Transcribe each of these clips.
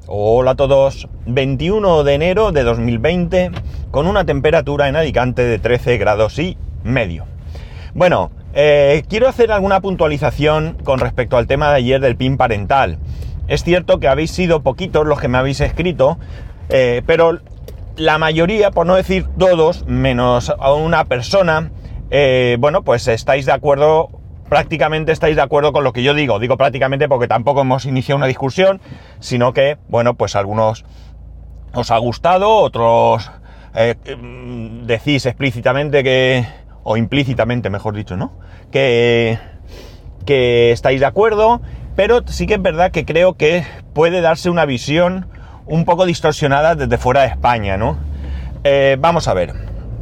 Hola a todos, 21 de enero de 2020 con una temperatura en Alicante de 13 grados y medio. Bueno, quiero hacer alguna puntualización con respecto al tema de ayer del PIN parental. Es cierto que habéis sido poquitos los que me habéis escrito, pero la mayoría, por no decir todos, menos a una persona, pues estáis de acuerdo. Prácticamente estáis de acuerdo con lo que yo digo. Digo prácticamente porque tampoco hemos iniciado una discusión, sino que, pues algunos os ha gustado, otros decís explícitamente o implícitamente, mejor dicho, ¿no? Que estáis de acuerdo, pero sí que es verdad que creo que puede darse una visión un poco distorsionada desde fuera de España, ¿no? Vamos a ver.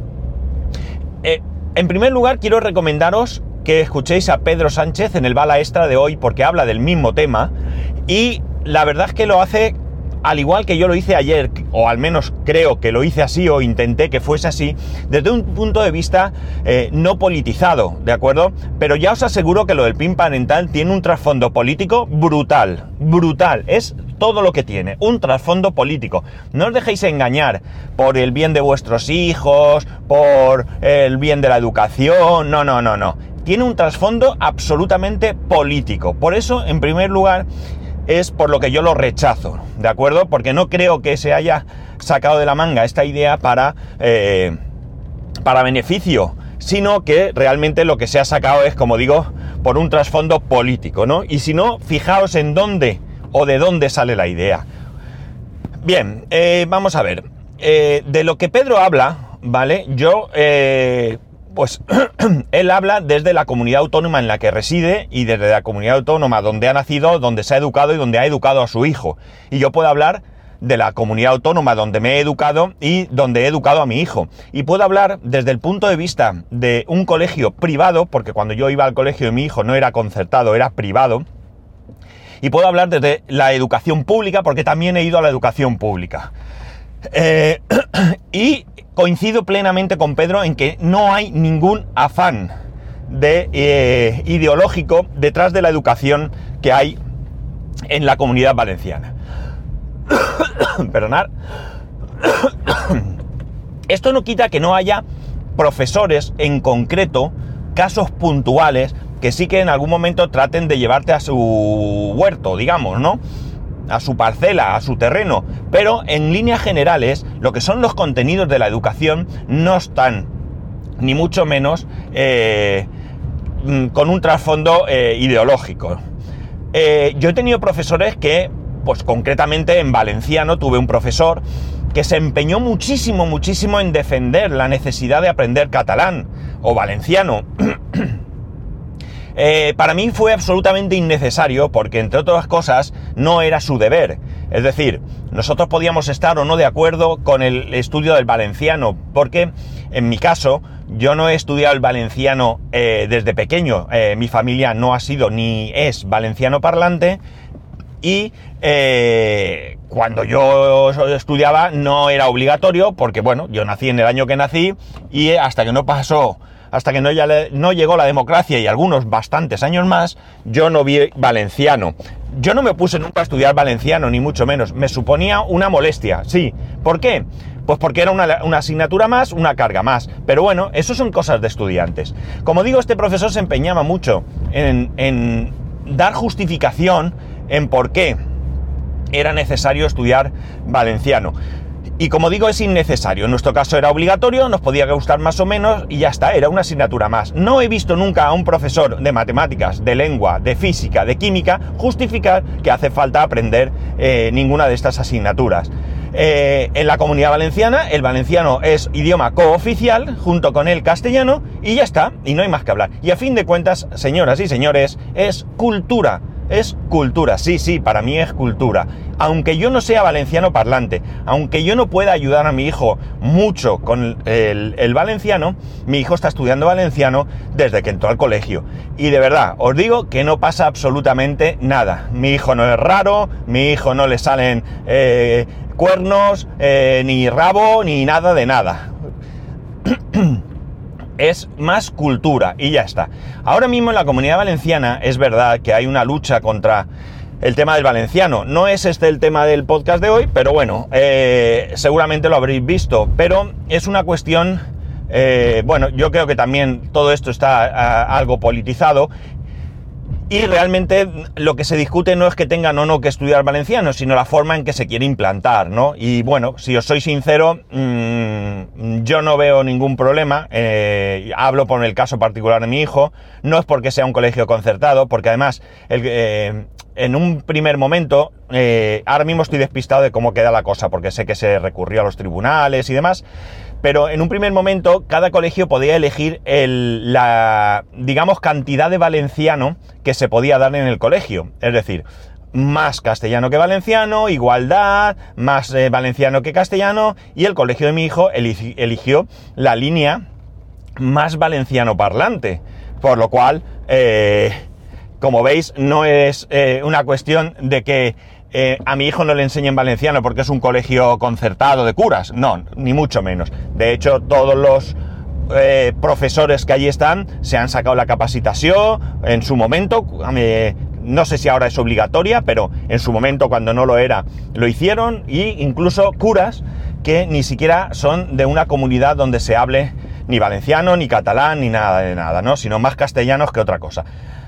En primer lugar, quiero recomendaros que escuchéis a Pedro Sánchez en el Bala Extra de hoy, porque habla del mismo tema y la verdad es que lo hace al igual que yo lo hice ayer, o al menos creo que lo hice así o intenté que fuese así, desde un punto de vista no politizado, ¿de acuerdo? Pero ya os aseguro que lo del PIN parental tiene un trasfondo político brutal, es todo lo que tiene, un trasfondo político. No os dejéis engañar por el bien de vuestros hijos, por el bien de la educación, no. Tiene un trasfondo absolutamente político. Por eso, en primer lugar, es por lo que yo lo rechazo, ¿de acuerdo? Porque no creo que se haya sacado de la manga esta idea para beneficio, sino que realmente lo que se ha sacado es, como digo, por un trasfondo político, ¿no? Y si no, fijaos en dónde o de dónde sale la idea. Bien, vamos a ver. De lo que Pedro habla, ¿vale? Pues él habla desde la comunidad autónoma en la que reside y desde la comunidad autónoma donde ha nacido, donde se ha educado y donde ha educado a su hijo. Y yo puedo hablar de la comunidad autónoma donde me he educado y donde he educado a mi hijo. Y puedo hablar desde el punto de vista de un colegio privado, porque cuando yo iba al colegio de mi hijo no era concertado, era privado. Y puedo hablar desde la educación pública, porque también he ido a la educación pública. Y coincido plenamente con Pedro en que no hay ningún afán ideológico detrás de la educación que hay en la Comunidad Valenciana. Perdonad. Esto no quita que no haya profesores en concreto, casos puntuales, que sí que en algún momento traten de llevarte a su huerto, digamos, ¿no? A su parcela, a su terreno, pero en líneas generales lo que son los contenidos de la educación no están ni mucho menos con un trasfondo ideológico. Yo he tenido profesores que, pues concretamente en valenciano, tuve un profesor que se empeñó muchísimo en defender la necesidad de aprender catalán o valenciano. Para mí fue absolutamente innecesario porque, entre otras cosas, no era su deber. Es decir, nosotros podíamos estar o no de acuerdo con el estudio del valenciano, porque en mi caso yo no he estudiado el valenciano desde pequeño. Mi familia no ha sido ni es valenciano parlante y cuando yo estudiaba no era obligatorio porque, bueno, yo nací en el año que nací y hasta que no llegó la democracia y algunos bastantes años más, yo no vi valenciano. Yo no me puse nunca a estudiar valenciano, ni mucho menos. Me suponía una molestia, sí. ¿Por qué? Pues porque era una asignatura más, una carga más. Pero bueno, eso son cosas de estudiantes. Como digo, este profesor se empeñaba mucho en dar justificación en por qué era necesario estudiar valenciano. Y como digo, es innecesario. En nuestro caso era obligatorio, nos podía gustar más o menos y ya está, era una asignatura más. No he visto nunca a un profesor de matemáticas, de lengua, de física, de química justificar que hace falta aprender ninguna de estas asignaturas. En la Comunidad Valenciana el valenciano es idioma cooficial junto con el castellano y ya está, y no hay más que hablar. Y a fin de cuentas, señoras y señores, es cultura. Es cultura, sí, para mí es cultura. Aunque yo no sea valenciano parlante, aunque yo no pueda ayudar a mi hijo mucho con el valenciano, mi hijo está estudiando valenciano desde que entró al colegio. Y de verdad, os digo que no pasa absolutamente nada. Mi hijo no es raro, mi hijo no le salen cuernos, ni rabo, ni nada de nada. Es más cultura y ya está. Ahora mismo en la Comunidad Valenciana es verdad que hay una lucha contra el tema del valenciano. No es este el tema del podcast de hoy, pero bueno, seguramente lo habréis visto, pero es una cuestión, bueno, yo creo que también todo esto está algo politizado. Y realmente lo que se discute no es que tengan o no que estudiar valenciano, sino la forma en que se quiere implantar, ¿no? Y bueno, si os soy sincero, yo no veo ningún problema. Hablo por el caso particular de mi hijo. No es porque sea un colegio concertado, porque además, en un primer momento, ahora mismo estoy despistado de cómo queda la cosa, porque sé que se recurrió a los tribunales y demás. Pero en un primer momento, cada colegio podía elegir la, digamos, cantidad de valenciano que se podía dar en el colegio. Es decir, más castellano que valenciano, igualdad, más valenciano que castellano, y el colegio de mi hijo eligió la línea más valenciano parlante. Por lo cual, como veis, no es una cuestión de que a mi hijo no le enseñen valenciano porque es un colegio concertado de curas. No, ni mucho menos. De hecho, todos los profesores que allí están se han sacado la capacitación en su momento. No sé si ahora es obligatoria, pero en su momento, cuando no lo era, lo hicieron. Y incluso curas que ni siquiera son de una comunidad donde se hable ni valenciano, ni catalán, ni nada de nada, ¿no? Sino más castellanos que otra cosa.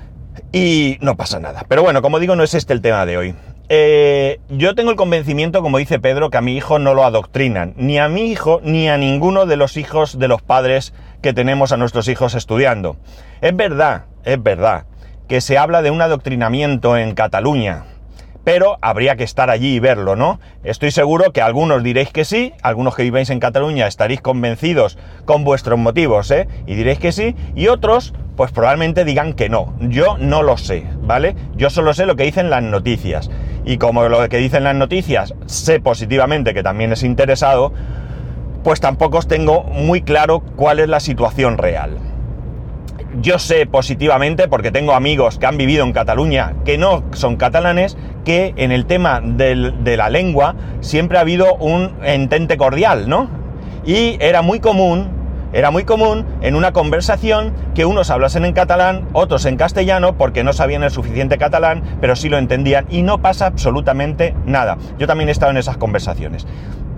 Y no pasa nada. Pero bueno, como digo, no es este el tema de hoy. Yo tengo el convencimiento, como dice Pedro, que a mi hijo no lo adoctrinan, ni a mi hijo ni a ninguno de los hijos de los padres que tenemos a nuestros hijos estudiando. Es verdad que se habla de un adoctrinamiento en Cataluña, pero habría que estar allí y verlo, ¿no? Estoy seguro que algunos diréis que sí, algunos que vivéis en Cataluña estaréis convencidos con vuestros motivos, y diréis que sí, y otros pues probablemente digan que no. Yo no lo sé, ¿vale? Yo solo sé lo que dicen las noticias. Y como lo que dicen las noticias sé positivamente que también es interesado, pues tampoco os tengo muy claro cuál es la situación real. Yo sé positivamente, porque tengo amigos que han vivido en Cataluña que no son catalanes, que en el tema de la lengua siempre ha habido un entente cordial, ¿no? Y era muy común en una conversación que unos hablasen en catalán, otros en castellano, porque no sabían el suficiente catalán, pero sí lo entendían, y no pasa absolutamente nada. Yo también he estado en esas conversaciones.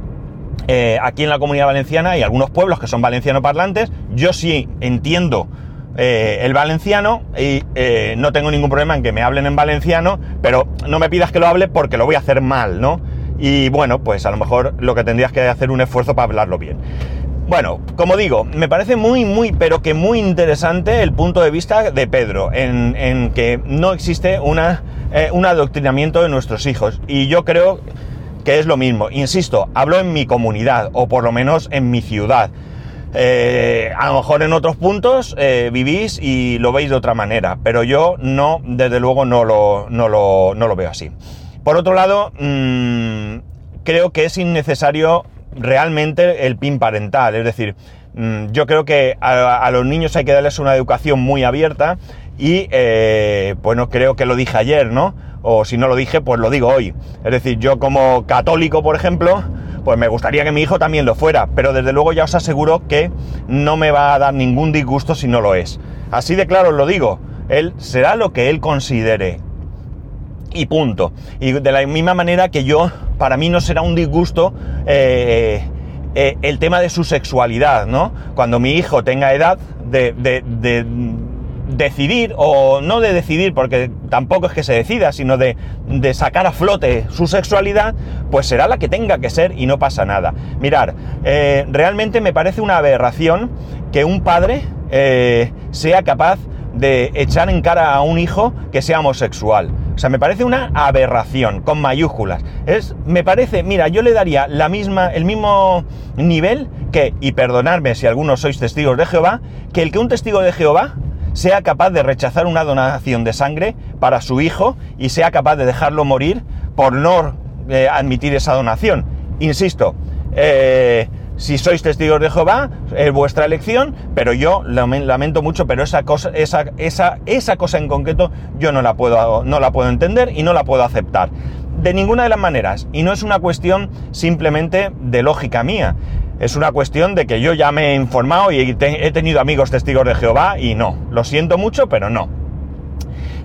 Aquí en la Comunidad Valenciana hay algunos pueblos que son valenciano parlantes. Yo sí entiendo el valenciano y no tengo ningún problema en que me hablen en valenciano, pero no me pidas que lo hable porque lo voy a hacer mal, ¿no? Y bueno, pues a lo mejor lo que tendrías que hacer un esfuerzo para hablarlo bien. Bueno, como digo, me parece muy, pero que muy interesante el punto de vista de Pedro en que no existe un adoctrinamiento de nuestros hijos. Y yo creo que es lo mismo. Insisto, hablo en mi comunidad, o por lo menos en mi ciudad. A lo mejor en otros puntos vivís y lo veis de otra manera, pero yo no, desde luego no lo veo así. Por otro lado, creo que es innecesario realmente el PIN parental. Es decir, yo creo que a los niños hay que darles una educación muy abierta y, bueno, creo que lo dije ayer, ¿no? O si no lo dije, pues lo digo hoy. Es decir, yo como católico, por ejemplo, pues me gustaría que mi hijo también lo fuera, pero desde luego ya os aseguro que no me va a dar ningún disgusto si no lo es. Así de claro os lo digo, él será lo que él considere. Y punto. Y de la misma manera que para mí no será un disgusto el tema de su sexualidad, ¿no? Cuando mi hijo tenga edad de decidir, o no de decidir, porque tampoco es que se decida, sino de sacar a flote su sexualidad, pues será la que tenga que ser y no pasa nada. Mirad, realmente me parece una aberración que un padre sea capaz de echar en cara a un hijo que sea homosexual. O sea, me parece una aberración, con mayúsculas. Me parece, mira, yo le daría el mismo nivel que, y perdonadme si algunos sois testigos de Jehová, que el que un testigo de Jehová sea capaz de rechazar una donación de sangre para su hijo y sea capaz de dejarlo morir por no admitir esa donación. Insisto, si sois testigos de Jehová, es vuestra elección, pero yo lamento mucho, pero esa cosa en concreto yo no la puedo entender y no la puedo aceptar. De ninguna de las maneras. Y no es una cuestión simplemente de lógica mía. Es una cuestión de que yo ya me he informado y he tenido amigos testigos de Jehová y no. Lo siento mucho, pero no.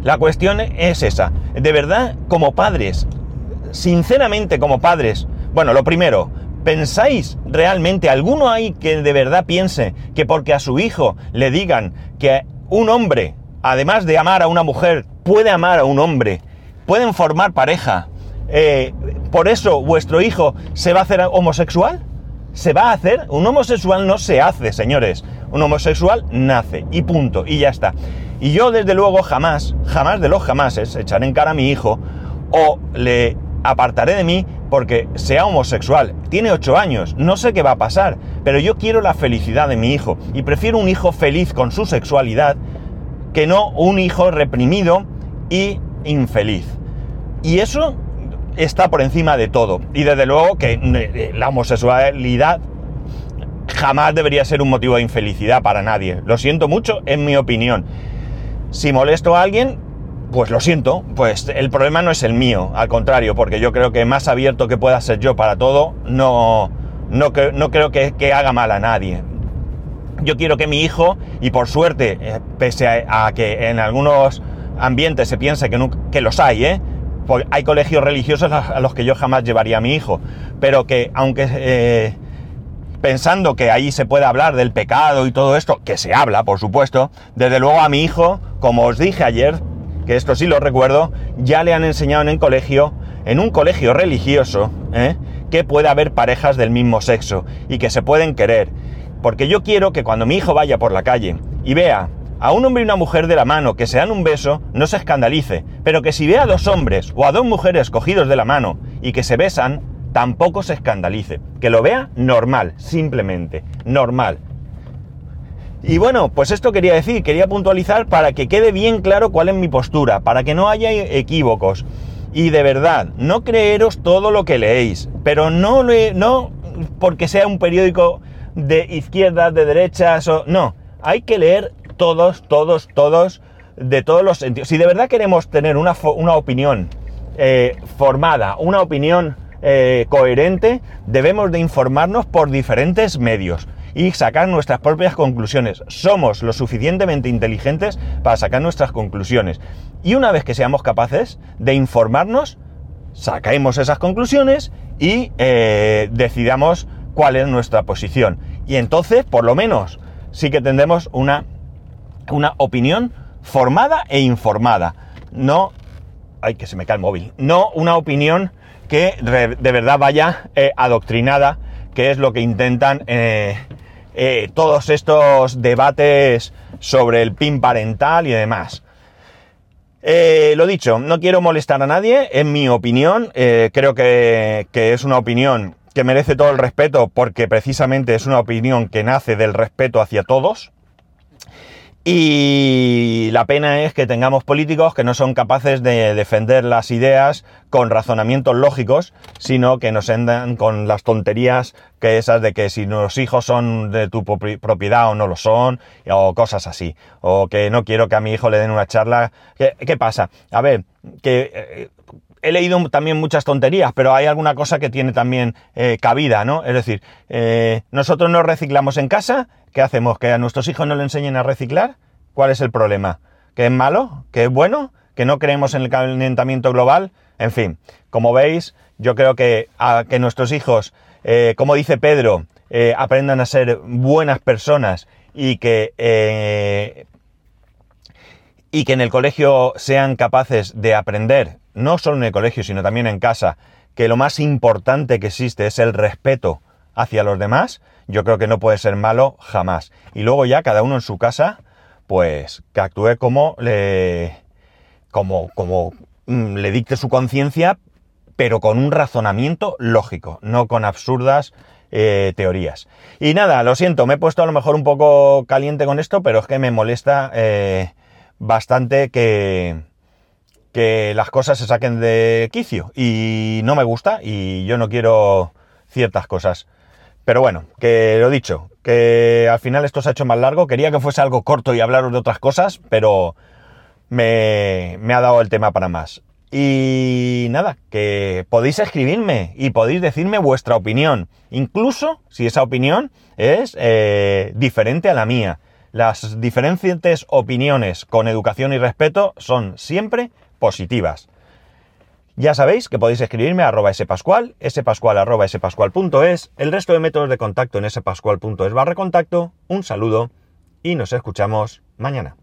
La cuestión es esa. De verdad, como padres, sinceramente como padres, bueno, lo primero, ¿pensáis realmente, alguno hay que de verdad piense que porque a su hijo le digan que un hombre, además de amar a una mujer, puede amar a un hombre, pueden formar pareja, por eso vuestro hijo se va a hacer homosexual? ¿Se va a hacer? Un homosexual no se hace, señores. Un homosexual nace y punto, y ya está. Y yo desde luego jamás de los jamases echaré en cara a mi hijo o le apartaré de mí porque sea homosexual. Tiene 8 años, no sé qué va a pasar, pero yo quiero la felicidad de mi hijo y prefiero un hijo feliz con su sexualidad que no un hijo reprimido y infeliz. Y eso está por encima de todo. Y desde luego que la homosexualidad jamás debería ser un motivo de infelicidad para nadie. Lo siento mucho, en mi opinión. Si molesto a alguien, pues lo siento, pues el problema no es el mío, al contrario, porque yo creo que más abierto que pueda ser yo para todo, no creo que haga mal a nadie. Yo quiero que mi hijo, y por suerte, pese a que en algunos ambientes se piense que los hay, porque hay colegios religiosos a los que yo jamás llevaría a mi hijo, pero que aunque pensando que ahí se puede hablar del pecado y todo esto, que se habla, por supuesto, desde luego a mi hijo, como os dije ayer, que esto sí lo recuerdo, ya le han enseñado en un colegio religioso, que puede haber parejas del mismo sexo y que se pueden querer. Porque yo quiero que cuando mi hijo vaya por la calle y vea a un hombre y una mujer de la mano que se dan un beso, no se escandalice, pero que si ve a 2 hombres o a 2 mujeres cogidos de la mano y que se besan, tampoco se escandalice, que lo vea normal, simplemente, normal. Y bueno, pues esto quería decir, quería puntualizar para que quede bien claro cuál es mi postura, para que no haya equívocos. Y de verdad, no creeros todo lo que leéis, pero no porque sea un periódico de izquierdas, de derechas, no, hay que leer todos, de todos los sentidos. Si de verdad queremos tener una opinión formada, una opinión coherente, debemos de informarnos por diferentes medios y sacar nuestras propias conclusiones. Somos lo suficientemente inteligentes para sacar nuestras conclusiones. Y una vez que seamos capaces de informarnos, saquemos esas conclusiones y decidamos cuál es nuestra posición. Y entonces, por lo menos, sí que tendremos una opinión formada e informada. No... ¡Ay, que se me cae el móvil! No una opinión que de verdad vaya adoctrinada, que es lo que intentan todos estos debates sobre el PIN parental y demás. Lo dicho, no quiero molestar a nadie, en mi opinión, creo que es una opinión que merece todo el respeto porque precisamente es una opinión que nace del respeto hacia todos. Y la pena es que tengamos políticos que no son capaces de defender las ideas con razonamientos lógicos, sino que nos andan con las tonterías que esas de que si los hijos son de tu propiedad o no lo son, o cosas así. O que no quiero que a mi hijo le den una charla. ¿Qué pasa? A ver, que... he leído también muchas tonterías, pero hay alguna cosa que tiene también cabida, ¿no? Es decir, nosotros no reciclamos en casa, ¿qué hacemos? ¿Que a nuestros hijos no le enseñen a reciclar? ¿Cuál es el problema? ¿Que es malo? ¿Que es bueno? ¿Que no creemos en el calentamiento global? En fin, como veis, yo creo que a que nuestros hijos, como dice Pedro, aprendan a ser buenas personas y que en el colegio sean capaces de aprender, no solo en el colegio, sino también en casa, que lo más importante que existe es el respeto hacia los demás, yo creo que no puede ser malo jamás. Y luego ya cada uno en su casa, pues que actúe como le dicte su conciencia, pero con un razonamiento lógico, no con absurdas teorías. Y nada, lo siento, me he puesto a lo mejor un poco caliente con esto, pero es que me molesta bastante que las cosas se saquen de quicio y no me gusta y yo no quiero ciertas cosas. Pero bueno, que lo dicho, que al final esto se ha hecho más largo. Quería que fuese algo corto y hablaros de otras cosas, pero me ha dado el tema para más. Y nada, que podéis escribirme y podéis decirme vuestra opinión, incluso si esa opinión es diferente a la mía. las diferentes opiniones con educación y respeto son siempre positivas. Ya sabéis que podéis escribirme a @spascual, spascual@spascual.es, el resto de métodos de contacto en spascual.es/contacto. Un saludo y nos escuchamos mañana.